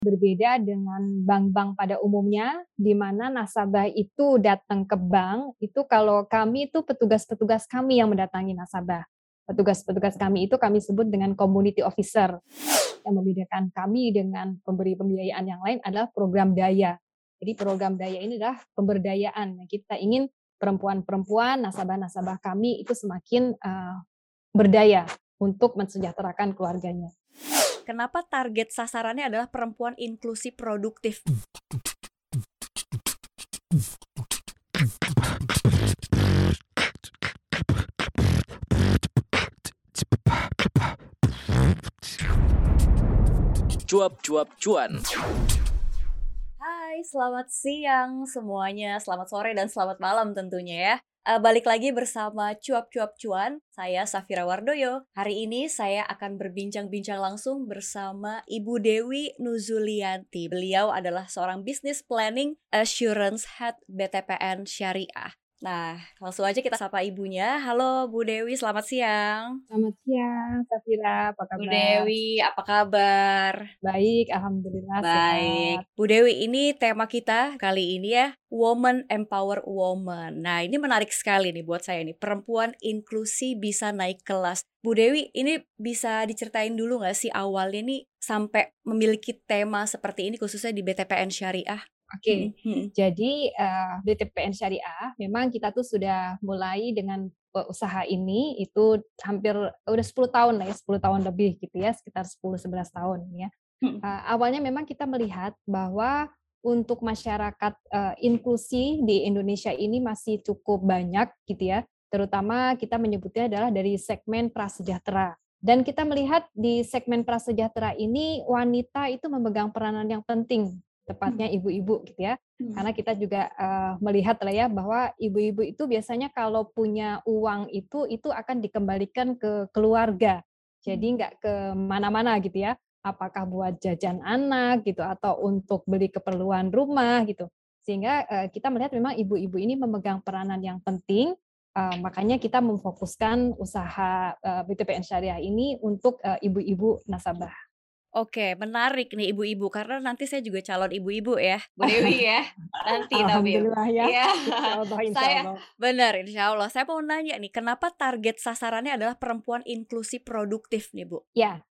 Berbeda dengan bank-bank pada umumnya, di mana nasabah itu datang ke bank, itu kalau kami itu petugas-petugas kami yang mendatangi nasabah. Petugas-petugas kami itu kami sebut dengan community officer. Yang membedakan kami dengan pemberi pembiayaan yang lain adalah program daya. Jadi program daya ini adalah pemberdayaan. Kita ingin perempuan-perempuan, nasabah-nasabah kami itu semakin berdaya untuk mensejahterakan keluarganya. Kenapa target sasarannya adalah perempuan inklusi produktif? Cuap-cuap cuan. Hai, selamat siang semuanya, selamat sore dan selamat malam tentunya ya. Balik lagi bersama Cuap-Cuap Cuan, saya Safira Wardoyo. Hari ini saya akan berbincang-bincang langsung bersama Ibu Dewi Nuzulianti. Beliau adalah seorang Business Planning Assurance Head BTPN Syariah. Nah, langsung aja kita sapa ibunya. Halo Bu Dewi, selamat siang. Selamat siang, Safira, apa Bu kabar? Dewi, apa kabar? Baik, alhamdulillah sehat. Baik, Bu Dewi, ini tema kita kali ini ya, Woman Empower Woman. Nah, ini menarik sekali nih buat saya nih, perempuan inklusi bisa naik kelas. Bu Dewi, ini bisa diceritain dulu nggak sih awalnya nih sampai memiliki tema seperti ini khususnya di BTPN Syariah? Oke, jadi BTPN Syariah memang kita tuh sudah mulai dengan usaha ini itu hampir udah 10 tahun lah ya, 10 tahun lebih gitu ya, sekitar 10-11 tahun ya. Awalnya memang kita melihat bahwa untuk masyarakat inklusi di Indonesia ini masih cukup banyak gitu ya, terutama kita menyebutnya adalah dari segmen prasejahtera. Dan kita melihat di segmen prasejahtera ini wanita itu memegang peranan yang penting, tepatnya ibu-ibu gitu ya. Karena kita juga melihat lah ya bahwa ibu-ibu itu biasanya kalau punya uang itu akan dikembalikan ke keluarga. Jadi nggak ke mana-mana gitu ya. Apakah buat jajan anak gitu atau untuk beli keperluan rumah gitu. Sehingga kita melihat memang ibu-ibu ini memegang peranan yang penting. Makanya kita memfokuskan usaha BTPN Syariah ini untuk ibu-ibu nasabah. Oke, menarik nih ibu-ibu, karena nanti saya juga calon ibu-ibu ya, Bu Dewi ya. Nanti tapi Alhamdulillah ya, iya, insya Allah, insya saya Allah. benar, insya Allah. Saya mau nanya nih, kenapa target sasarannya adalah perempuan inklusi produktif nih, Bu? Ya,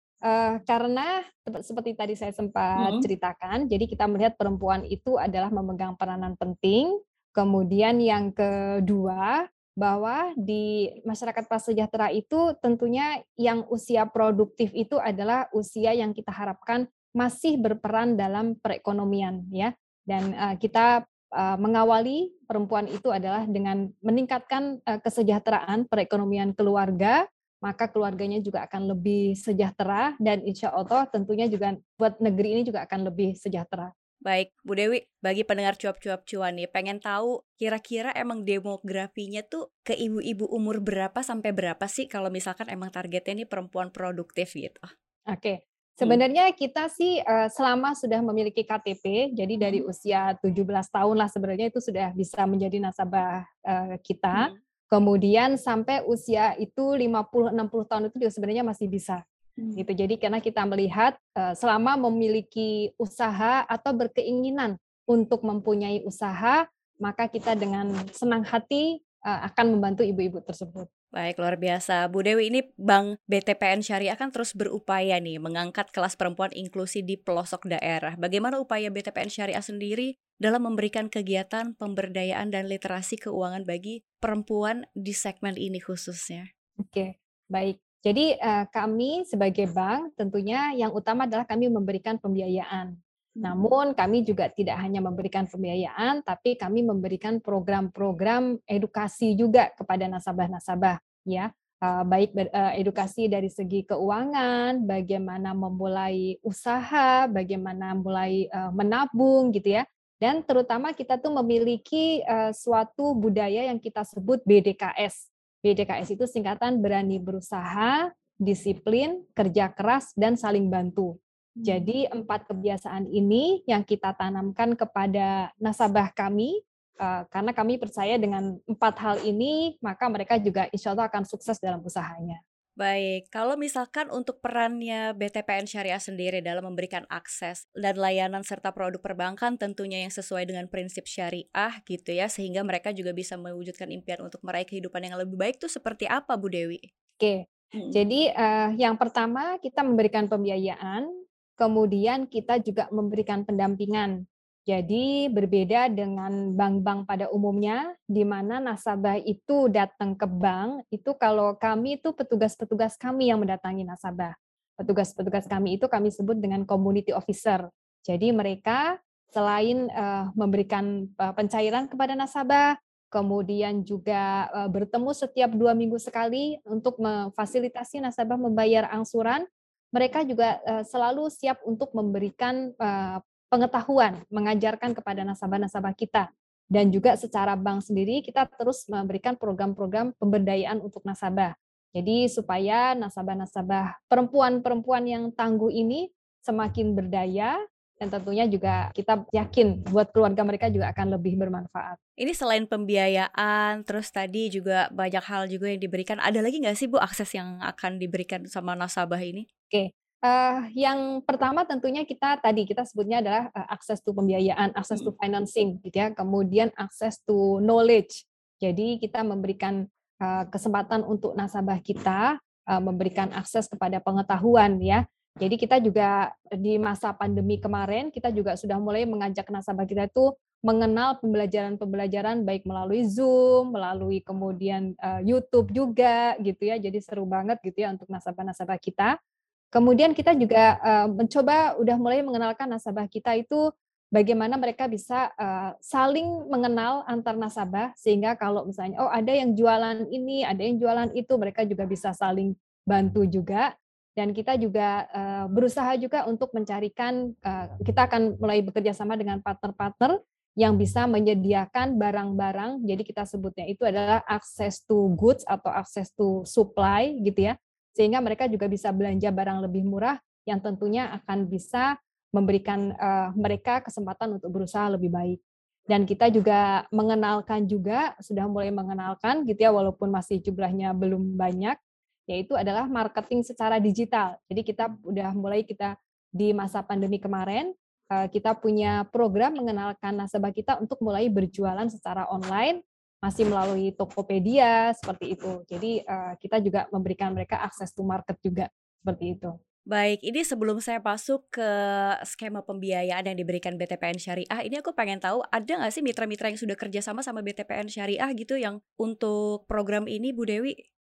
karena seperti tadi saya sempat ceritakan, jadi kita melihat perempuan itu adalah memegang peranan penting. Kemudian yang kedua, bahwa di masyarakat prasejahtera itu tentunya yang usia produktif itu adalah usia yang kita harapkan masih berperan dalam perekonomian ya. Dan kita mengawali perempuan itu adalah dengan meningkatkan kesejahteraan perekonomian keluarga, maka keluarganya juga akan lebih sejahtera dan insya Allah tentunya juga buat negeri ini juga akan lebih sejahtera. Baik, Bu Dewi, bagi pendengar cuap-cuap cuan nih, pengen tahu kira-kira emang demografinya tuh ke ibu-ibu umur berapa sampai berapa sih kalau misalkan emang targetnya nih perempuan produktif gitu? Oke, sebenarnya kita sih selama sudah memiliki KTP, jadi dari usia 17 tahun lah sebenarnya itu sudah bisa menjadi nasabah kita. Kemudian sampai usia itu 50-60 tahun itu juga sebenarnya masih bisa. Gitu. Jadi karena kita melihat selama memiliki usaha atau berkeinginan untuk mempunyai usaha, maka kita dengan senang hati akan membantu ibu-ibu tersebut. Baik, luar biasa. Bu Dewi, ini Bank BTPN Syariah kan terus berupaya nih mengangkat kelas perempuan inklusi di pelosok daerah. Bagaimana upaya BTPN Syariah sendiri dalam memberikan kegiatan pemberdayaan dan literasi keuangan bagi perempuan di segmen ini khususnya? Oke, baik. Jadi kami sebagai bank tentunya yang utama adalah kami memberikan pembiayaan. Namun kami juga tidak hanya memberikan pembiayaan, tapi kami memberikan program-program edukasi juga kepada nasabah-nasabah, ya. Baik edukasi dari segi keuangan, bagaimana memulai usaha, bagaimana mulai menabung gitu ya. Dan terutama kita tuh memiliki suatu budaya yang kita sebut BDKS. BDKS itu singkatan berani berusaha, disiplin, kerja keras, dan saling bantu. Jadi 4 kebiasaan ini yang kita tanamkan kepada nasabah kami, karena kami percaya dengan 4 hal ini, maka mereka juga insya Allah akan sukses dalam usahanya. Baik, kalau misalkan untuk perannya BTPN Syariah sendiri dalam memberikan akses dan layanan serta produk perbankan tentunya yang sesuai dengan prinsip syariah gitu ya, sehingga mereka juga bisa mewujudkan impian untuk meraih kehidupan yang lebih baik tuh seperti apa Bu Dewi? Oke, Mhm. jadi, yang pertama kita memberikan pembiayaan, kemudian kita juga memberikan pendampingan. Jadi berbeda dengan bank-bank pada umumnya, di mana nasabah itu datang ke bank, itu kalau kami itu petugas-petugas kami yang mendatangi nasabah. Petugas-petugas kami itu kami sebut dengan community officer. Jadi mereka selain, memberikan, pencairan kepada nasabah, kemudian juga, bertemu setiap 2 minggu sekali untuk memfasilitasi nasabah membayar angsuran. Mereka juga, selalu siap untuk memberikan, pengetahuan, mengajarkan kepada nasabah-nasabah kita. Dan juga secara bank sendiri kita terus memberikan program-program pemberdayaan untuk nasabah. Jadi supaya nasabah-nasabah perempuan-perempuan yang tangguh ini semakin berdaya dan tentunya juga kita yakin buat keluarga mereka juga akan lebih bermanfaat. Ini selain pembiayaan, terus tadi juga banyak hal juga yang diberikan, ada lagi nggak sih Bu akses yang akan diberikan sama nasabah ini? Oke, yang pertama tentunya kita sebutnya adalah, akses to pembiayaan, akses to Mhm. financing gitu ya, kemudian akses to knowledge. Jadi kita memberikan, kesempatan untuk nasabah kita, memberikan akses kepada pengetahuan ya. Jadi kita juga di masa pandemi kemarin, kita juga sudah mulai mengajak nasabah kita itu mengenal pembelajaran-pembelajaran baik melalui Zoom, melalui kemudian, YouTube juga gitu ya. Jadi seru banget gitu ya untuk nasabah-nasabah kita. Kemudian kita juga, mencoba udah mulai mengenalkan nasabah kita itu bagaimana mereka bisa, saling mengenal antar nasabah sehingga kalau misalnya, oh ada yang jualan ini, ada yang jualan itu, mereka juga bisa saling bantu juga. Dan kita juga, berusaha juga untuk mencarikan, kita akan mulai bekerja sama dengan partner-partner yang bisa menyediakan barang-barang, jadi kita sebutnya itu adalah access to goods atau access to supply gitu ya. Sehingga mereka juga bisa belanja barang lebih murah yang tentunya akan bisa memberikan, mereka kesempatan untuk berusaha lebih baik. Dan kita juga mengenalkan juga, sudah mulai mengenalkan gitu ya, walaupun masih jumlahnya belum banyak, yaitu adalah marketing secara digital. Jadi kita di masa pandemi kemarin, kita punya program mengenalkan nasabah kita untuk mulai berjualan secara online masih melalui Tokopedia, seperti itu. Jadi, kita juga memberikan mereka akses to market juga, seperti itu. Baik, ini sebelum saya masuk ke skema pembiayaan yang diberikan BTPN Syariah, ini aku pengen tahu ada nggak sih mitra-mitra yang sudah kerja sama sama BTPN Syariah gitu yang untuk program ini Bu Dewi?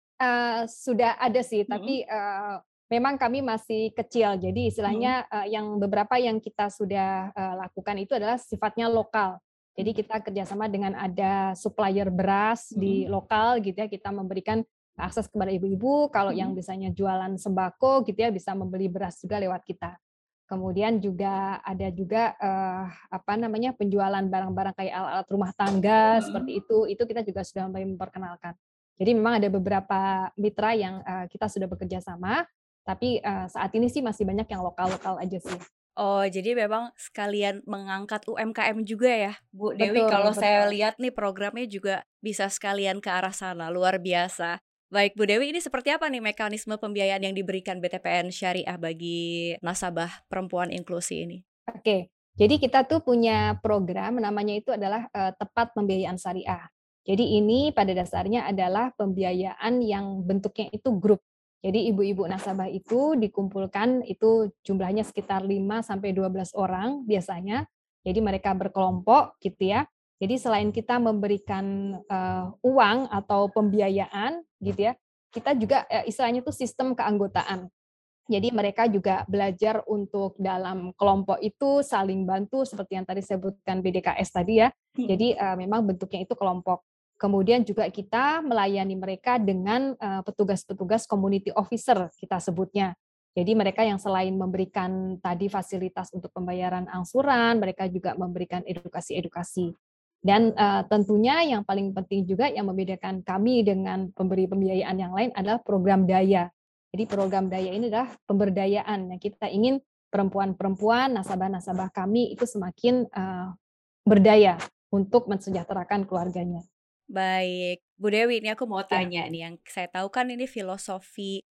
Sudah ada sih, Mhm. tapi, memang kami masih kecil. Jadi Mhm. istilahnya, yang beberapa yang kita sudah, lakukan itu adalah sifatnya lokal. Jadi Mhm. kita kerjasama dengan ada supplier beras Mhm. di lokal gitu ya, kita memberikan akses kepada ibu-ibu, kalau yang Mhm. misalnya jualan sembako gitu ya, bisa membeli beras juga lewat kita. Kemudian juga ada juga, apa namanya, penjualan barang-barang kayak alat-alat rumah tangga Mhm. seperti itu kita juga sudah mulai memperkenalkan. Jadi memang ada beberapa mitra yang, kita sudah bekerja sama, tapi, saat ini sih masih banyak yang lokal-lokal aja sih. Oh, jadi memang sekalian mengangkat UMKM juga ya, Bu Dewi. Betul Kalau saya betul. lihat nih programnya juga bisa sekalian ke arah sana, luar biasa. Baik Bu Dewi, ini seperti apa nih mekanisme pembiayaan yang diberikan BTPN Syariah bagi nasabah perempuan inklusi ini? Oke, jadi kita tuh punya program namanya itu adalah, Tepat Pembiayaan Syariah. Jadi ini pada dasarnya adalah pembiayaan yang bentuknya itu grup. Jadi ibu-ibu nasabah itu dikumpulkan, itu jumlahnya sekitar 5 sampai 12 orang biasanya. Jadi mereka berkelompok gitu ya. Jadi selain kita memberikan, uang atau pembiayaan gitu ya, kita juga, istilahnya itu sistem keanggotaan. Jadi mereka juga belajar untuk dalam kelompok itu saling bantu seperti yang tadi saya sebutkan BDKS tadi ya. Mhm. Jadi, memang bentuknya itu kelompok. Kemudian juga kita melayani mereka dengan, petugas-petugas community officer kita sebutnya. Jadi mereka yang selain memberikan tadi fasilitas untuk pembayaran angsuran, mereka juga memberikan edukasi-edukasi. Dan, tentunya yang paling penting juga yang membedakan kami dengan pemberi pembiayaan yang lain adalah program Daya. Jadi program Daya ini adalah pemberdayaan yang kita ingin perempuan-perempuan, nasabah-nasabah kami itu semakin, berdaya untuk mensejahterakan keluarganya. Baik, Bu Dewi ini aku mau Ya, tanya nih, yang saya tahu kan ini filosofi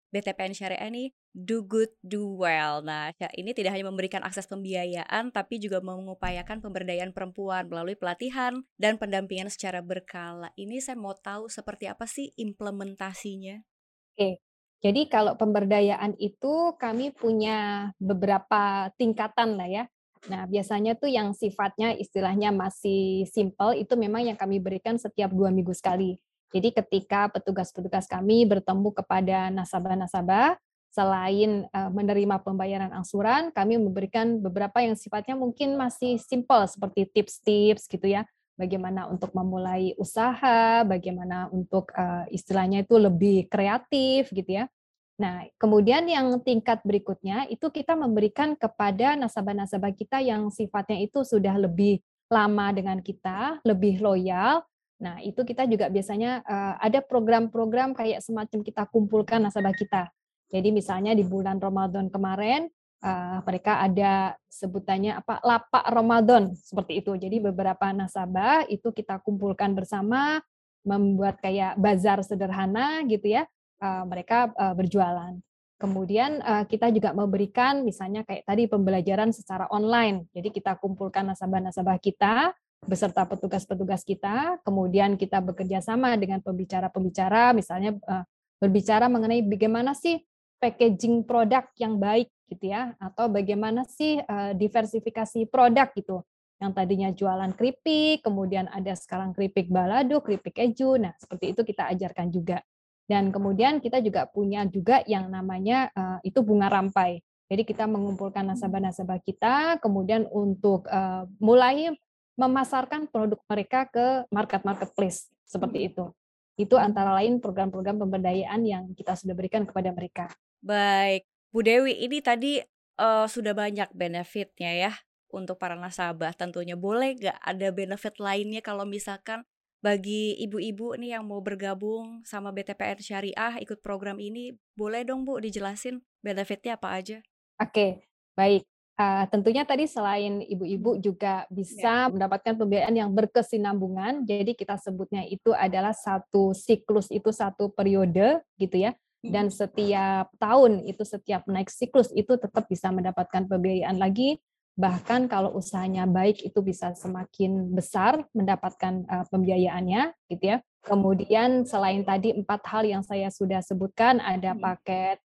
BTPN Syariah nih do good do well. Nah, ini tidak hanya memberikan akses pembiayaan tapi juga mengupayakan pemberdayaan perempuan melalui pelatihan dan pendampingan secara berkala. Ini saya mau tahu seperti apa sih implementasinya? Oke, jadi kalau pemberdayaan itu kami punya beberapa tingkatan lah ya. Nah, biasanya tuh yang sifatnya istilahnya masih simple itu memang yang kami berikan setiap 2 minggu sekali. Jadi ketika petugas-petugas kami bertemu kepada nasabah-nasabah, selain menerima pembayaran angsuran, kami memberikan beberapa yang sifatnya mungkin masih simple seperti tips-tips gitu ya. Bagaimana untuk memulai usaha, bagaimana untuk istilahnya itu lebih kreatif gitu ya. Nah, kemudian yang tingkat berikutnya itu kita memberikan kepada nasabah-nasabah kita yang sifatnya itu sudah lebih lama dengan kita, lebih loyal. Nah, itu kita juga biasanya ada program-program kayak semacam kita kumpulkan nasabah kita. Jadi misalnya di bulan Ramadan kemarin mereka ada sebutannya apa lapak Ramadan seperti itu. Jadi beberapa nasabah itu kita kumpulkan bersama, membuat kayak bazar sederhana gitu ya, mereka berjualan. Kemudian kita juga memberikan misalnya kayak tadi pembelajaran secara online. Jadi kita kumpulkan nasabah-nasabah kita beserta petugas-petugas kita, kemudian kita bekerja sama dengan pembicara-pembicara, misalnya berbicara mengenai bagaimana sih packaging produk yang baik gitu ya, atau bagaimana sih diversifikasi produk gitu. Yang tadinya jualan keripik, kemudian ada sekarang keripik balado, keripik keju. Nah, seperti itu kita ajarkan juga. Dan kemudian kita juga punya juga yang namanya itu bunga rampai. Jadi kita mengumpulkan nasabah-nasabah kita, kemudian untuk mulai memasarkan produk mereka ke marketplace seperti itu. Itu antara lain program-program pemberdayaan yang kita sudah berikan kepada mereka. Baik, Bu Dewi, ini tadi sudah banyak benefitnya ya untuk para nasabah. Tentunya boleh nggak ada benefit lainnya kalau misalkan bagi ibu-ibu nih yang mau bergabung sama BTPN Syariah ikut program ini, boleh dong Bu dijelasin benefitnya apa aja? Oke, baik. Tentunya tadi selain ibu-ibu juga Ya. bisa mendapatkan pembiayaan yang berkesinambungan, jadi kita sebutnya itu adalah satu siklus itu satu periode gitu ya, dan setiap tahun itu setiap naik siklus itu tetap bisa mendapatkan pembiayaan lagi, bahkan kalau usahanya baik itu bisa semakin besar mendapatkan pembiayaannya gitu ya. Kemudian selain tadi 4 hal yang saya sudah sebutkan, ada paket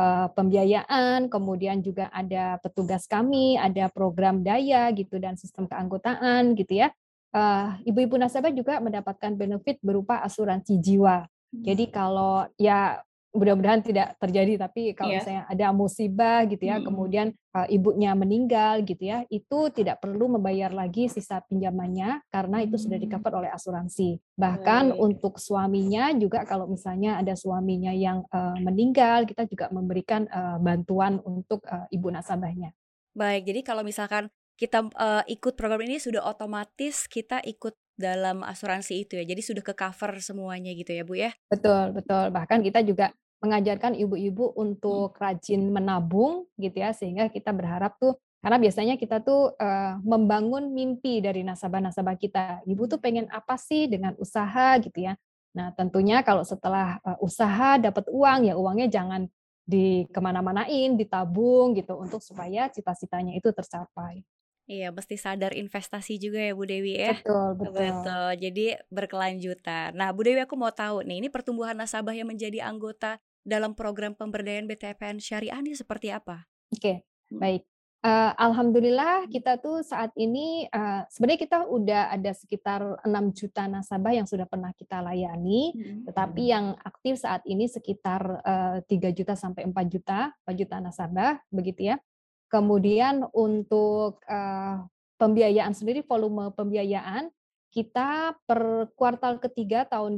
pembiayaan, kemudian juga ada petugas kami, ada program daya gitu dan sistem keanggotaan gitu ya. Ibu-ibu nasabah juga mendapatkan benefit berupa asuransi jiwa. Jadi kalau ya mudah-mudahan tidak terjadi, tapi kalau misalnya ada musibah gitu ya, kemudian ibunya meninggal gitu ya, itu tidak perlu membayar lagi sisa pinjamannya karena itu sudah di-cover oleh asuransi. Bahkan untuk suaminya juga kalau misalnya ada suaminya yang meninggal, kita juga memberikan bantuan untuk ibu nasabahnya. Baik, jadi kalau misalkan kita ikut program ini sudah otomatis kita ikut dalam asuransi itu ya. Jadi sudah ke-cover semuanya gitu ya, Bu ya? Betul, betul. Bahkan kita juga mengajarkan ibu-ibu untuk rajin menabung gitu ya, sehingga kita berharap tuh karena biasanya kita tuh membangun mimpi dari nasabah-nasabah kita. Ibu tuh pengen apa sih dengan usaha gitu ya. Nah, tentunya kalau setelah usaha dapat uang, ya uangnya jangan di kemana-manain, ditabung gitu untuk supaya cita-citanya itu tercapai. Iya, mesti sadar investasi juga ya Bu Dewi ya? Betul, betul. Betul, jadi berkelanjutan. Nah Bu Dewi, aku mau tahu nih, ini pertumbuhan nasabah yang menjadi anggota dalam program pemberdayaan BTPN Syariah ini seperti apa? Oke, baik. Alhamdulillah kita tuh saat ini, sebenarnya kita udah ada sekitar 6 juta nasabah yang sudah pernah kita layani, tetapi yang aktif saat ini sekitar 3 juta sampai 4 juta nasabah, begitu ya. Kemudian untuk pembiayaan sendiri, volume pembiayaan, kita per kuartal ketiga tahun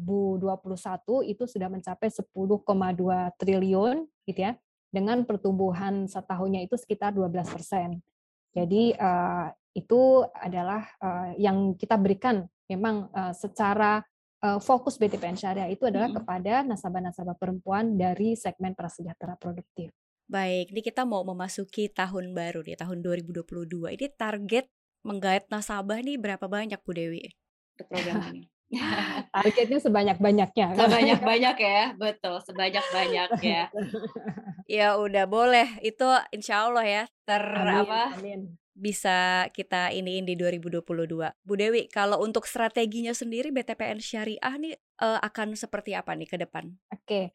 2021 itu sudah mencapai 10,2 triliun gitu ya, dengan pertumbuhan setahunnya itu sekitar 12%. Jadi itu adalah yang kita berikan memang secara fokus BTPN Syariah itu adalah kepada nasabah-nasabah perempuan dari segmen prasejahtera produktif. Baik, ini kita mau memasuki tahun baru nih, tahun 2022. Ini target menggait nasabah nih berapa banyak Bu Dewi untuk program ini? Targetnya sebanyak-banyaknya kan. Sebanyak-banyak ya, betul, sebanyak-banyak ya. Ya udah boleh, itu insya Allah ya Amin, amin. bisa kita iniin di 2022. Bu Dewi, kalau untuk strateginya sendiri BTPN Syariah nih akan seperti apa nih ke depan? Oke,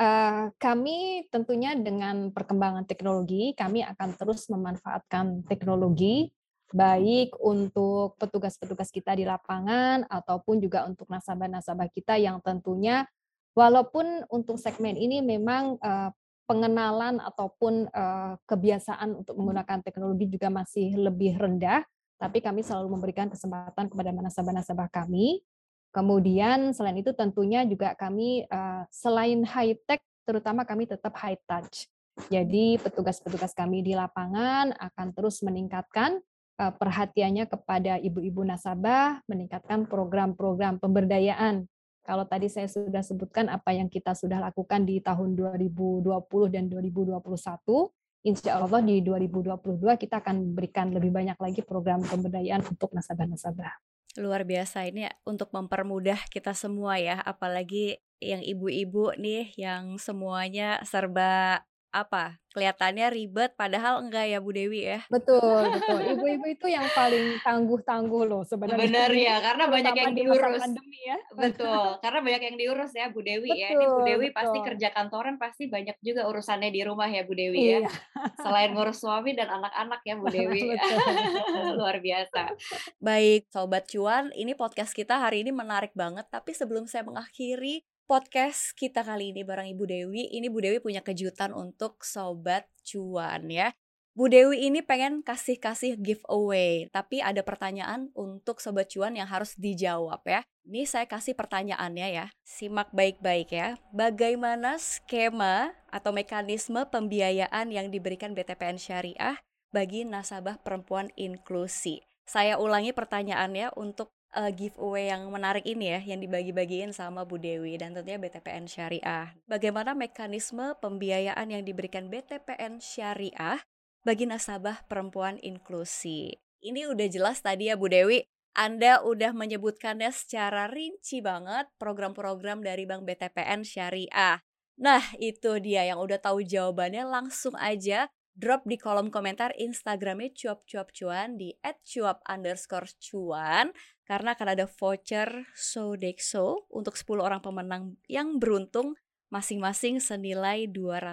kami tentunya dengan perkembangan teknologi, kami akan terus memanfaatkan teknologi, baik untuk petugas-petugas kita di lapangan, ataupun juga untuk nasabah-nasabah kita yang tentunya walaupun untuk segmen ini memang, pengenalan ataupun, kebiasaan untuk menggunakan teknologi juga masih lebih rendah, tapi kami selalu memberikan kesempatan kepada nasabah-nasabah kami. Kemudian selain itu tentunya juga kami, selain high tech, terutama kami tetap high touch. Jadi petugas-petugas kami di lapangan akan terus meningkatkan, perhatiannya kepada ibu-ibu nasabah, meningkatkan program-program pemberdayaan. Kalau tadi saya sudah sebutkan apa yang kita sudah lakukan di tahun 2020 dan 2021, insya Allah di 2022 kita akan berikan lebih banyak lagi program pemberdayaan untuk nasabah-nasabah. Luar biasa ini untuk mempermudah kita semua ya, apalagi yang ibu-ibu nih yang semuanya serba kelihatannya ribet padahal enggak ya Bu Dewi ya. Betul, betul. Ibu-ibu itu yang paling tangguh-tangguh loh sebenarnya ini, Sebenarnya karena banyak terutama yang di masa diurus. pandemi ya. Betul, karena banyak yang diurus ya Bu Dewi ya. Ini Bu Betul, Dewi pasti betul. kerja kantoran pasti banyak juga urusannya di rumah ya Bu Dewi ya. Iya, Selain ngurus suami dan anak-anak ya Bu Dewi. betul, betul. Luar biasa. Baik, Sobat Cuan, ini podcast kita hari ini menarik banget. Tapi sebelum saya mengakhiri podcast kita kali ini bareng Ibu Dewi, ini Bu Dewi punya kejutan untuk Sobat Cuan ya. Bu Dewi ini pengen kasih giveaway, tapi ada pertanyaan untuk Sobat Cuan yang harus dijawab ya. Ini saya kasih pertanyaannya ya, simak baik-baik ya. Bagaimana skema atau mekanisme pembiayaan yang diberikan BTPN Syariah bagi nasabah perempuan inklusi? Saya ulangi pertanyaannya untuk giveaway yang menarik ini ya, yang dibagi-bagiin sama Bu Dewi dan tentunya BTPN Syariah. Bagaimana mekanisme pembiayaan yang diberikan BTPN Syariah bagi nasabah perempuan inklusi? Ini udah jelas tadi ya Bu Dewi, Anda udah menyebutkannya secara rinci banget program-program dari Bank BTPN Syariah. Nah, itu dia yang udah tahu jawabannya langsung aja drop di kolom komentar Instagramnya cuap-cuap-cuan di @cuap_cuan karena akan ada voucher Sodexo untuk 10 orang pemenang yang beruntung masing-masing senilai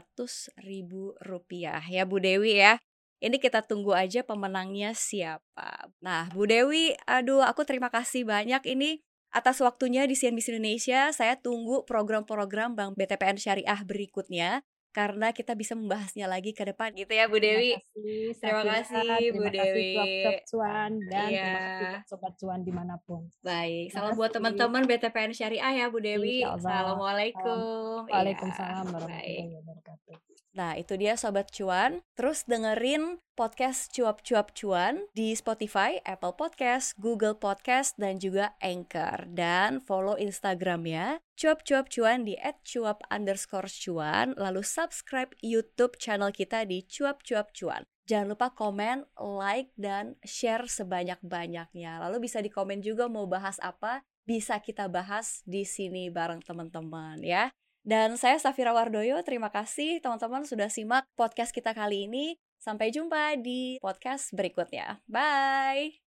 Rp200.000 ya Bu Dewi ya. Ini kita tunggu aja pemenangnya siapa. Nah Bu Dewi, aduh aku terima kasih banyak ini atas waktunya di CNBC Indonesia. Saya tunggu program-program Bank BTPN Syariah berikutnya karena kita bisa membahasnya lagi ke depan gitu ya Bu Terima Dewi. kasih Terima Safira, kasih Bu terima kasih Dewi. Cuap-Cuap Cuan, dan Iya, terima kasih buat Sobat Cuan dimanapun. baik. Terima Salam buat kasih. teman-teman BTPN Syariah ya Bu Dewi. Insya Allah. Assalamualaikum. Iya, Waalaikumsalam baik. warahmatullahi wabarakatuh. Nah, itu dia Sobat Cuan. Terus dengerin podcast Cuap-Cuap Cuan di Spotify, Apple Podcast, Google Podcast, dan juga Anchor. Dan follow Instagramnya Cuap-Cuap Cuan di @cuap_cuan. Lalu subscribe YouTube channel kita di Cuap-Cuap Cuan. Jangan lupa komen, like, dan share sebanyak-banyaknya. Lalu bisa di komen juga mau bahas apa, bisa kita bahas di sini bareng teman-teman ya. Dan saya Safira Wardoyo, terima kasih teman-teman sudah simak podcast kita kali ini. Sampai jumpa di podcast berikutnya. Bye!